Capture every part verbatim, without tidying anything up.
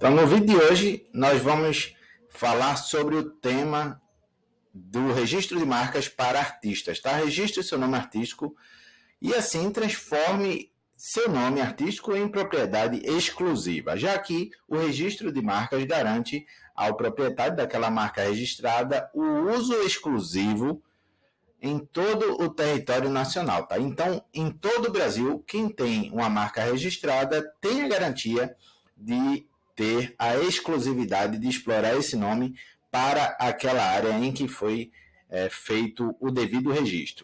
Então, no vídeo de hoje, nós vamos falar sobre o tema do registro de marcas para artistas, tá? Registre seu nome artístico e assim transforme seu nome artístico em propriedade exclusiva, já que o registro de marcas garante ao proprietário daquela marca registrada o uso exclusivo em todo o território nacional, tá? Então, em todo o Brasil, quem tem uma marca registrada tem a garantia de ter a exclusividade de explorar esse nome para aquela área em que foi é, feito o devido registro.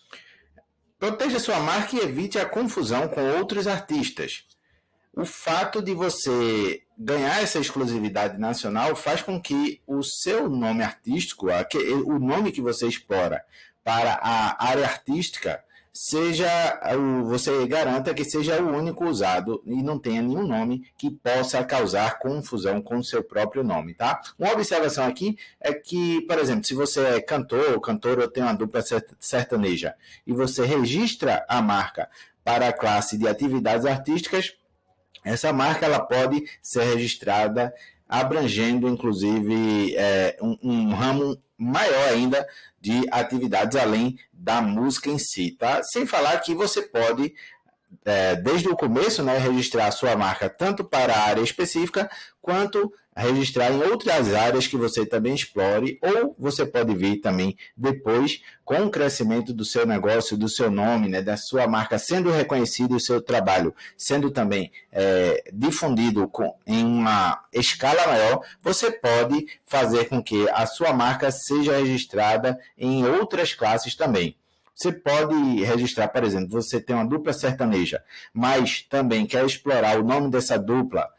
Proteja sua marca e evite a confusão com outros artistas. O fato de você ganhar essa exclusividade nacional faz com que o seu nome artístico, o nome que você explora para a área artística, seja você garanta que seja o único usado e não tenha nenhum nome que possa causar confusão com o seu próprio nome, tá? Uma observação aqui é que, por exemplo, se você é cantor ou cantora ou tem uma dupla sertaneja e você registra a marca para a classe de atividades artísticas, essa marca ela pode ser registrada abrangendo, inclusive, é, um, um ramo maior ainda de atividades além da música em si, tá? Sem falar que você pode, é, desde o começo, né, registrar a sua marca tanto para a área específica, quanto registrar em outras áreas que você também explore, ou você pode vir também depois, com o crescimento do seu negócio, do seu nome, né, da sua marca sendo reconhecido, o seu trabalho sendo também é, difundido com, em uma escala maior, você pode fazer com que a sua marca seja registrada em outras classes também. Você pode registrar, por exemplo, você tem uma dupla sertaneja, mas também quer explorar o nome dessa dupla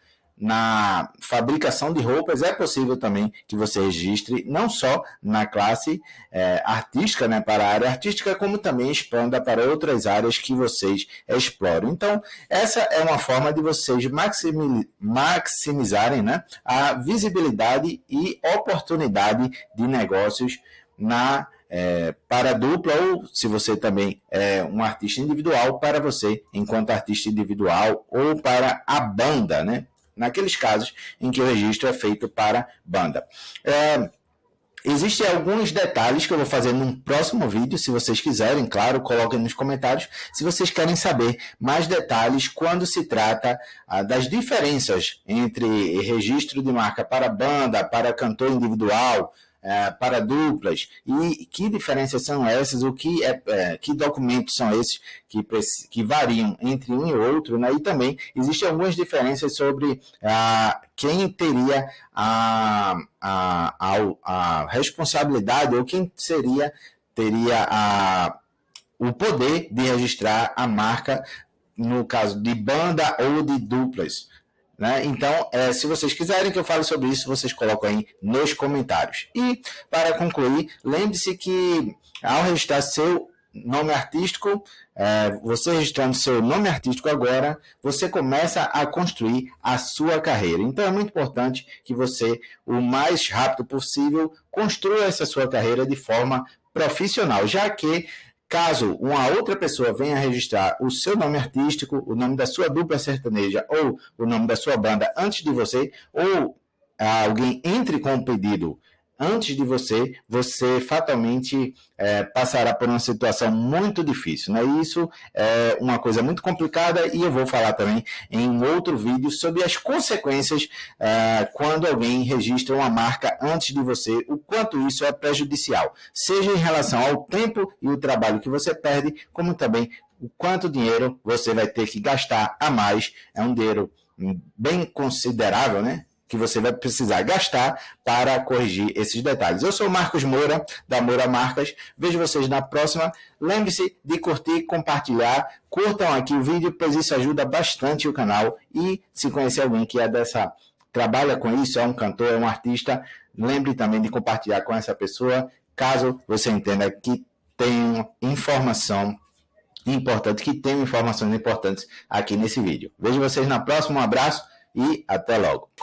na fabricação de roupas, é possível também que você registre não só na classe é, artística, né, para a área artística, como também expanda para outras áreas que vocês exploram. Então, essa é uma forma de vocês maximizarem, né, a visibilidade e oportunidade de negócios na É, para a dupla, ou se você também é um artista individual, para você enquanto artista individual, ou para a banda, né? Naqueles casos em que o registro é feito para banda. É, existem alguns detalhes que eu vou fazer num próximo vídeo, se vocês quiserem, claro, coloquem nos comentários, se vocês querem saber mais detalhes quando se trata ah, das diferenças entre registro de marca para banda, para cantor individual, É, para duplas, e que diferenças são essas, o que, é, é, que documentos são esses que, que variam entre um e outro, né? E também existem algumas diferenças sobre ah, quem teria a, a, a, a responsabilidade ou quem seria, teria a, o poder de registrar a marca no caso de banda ou de duplas. Né? Então, é, se vocês quiserem que eu fale sobre isso, vocês colocam aí nos comentários. E, para concluir, lembre-se que ao registrar seu nome artístico, é, você registrando seu nome artístico agora, você começa a construir a sua carreira. Então, é muito importante que você, o mais rápido possível, construa essa sua carreira de forma profissional, já que caso uma outra pessoa venha registrar o seu nome artístico, o nome da sua dupla sertaneja ou o nome da sua banda antes de você, ou alguém entre com o pedido antes de você, você fatalmente é, passará por uma situação muito difícil, né? Isso é uma coisa muito complicada e eu vou falar também em outro vídeo sobre as consequências é, quando alguém registra uma marca antes de você, o quanto isso é prejudicial, seja em relação ao tempo e o trabalho que você perde, como também o quanto dinheiro você vai ter que gastar a mais. É um dinheiro bem considerável, né? Que você vai precisar gastar para corrigir esses detalhes. Eu sou o Marcos Moura, da Moura Marcas. Vejo vocês na próxima. Lembre-se de curtir, compartilhar. Curtam aqui o vídeo, pois isso ajuda bastante o canal. E se conhecer alguém que é dessa, trabalha com isso, é um cantor, é um artista, lembre também de compartilhar com essa pessoa, caso você entenda que tem informação importante, que tem informações importantes aqui nesse vídeo. Vejo vocês na próxima. Um abraço e até logo.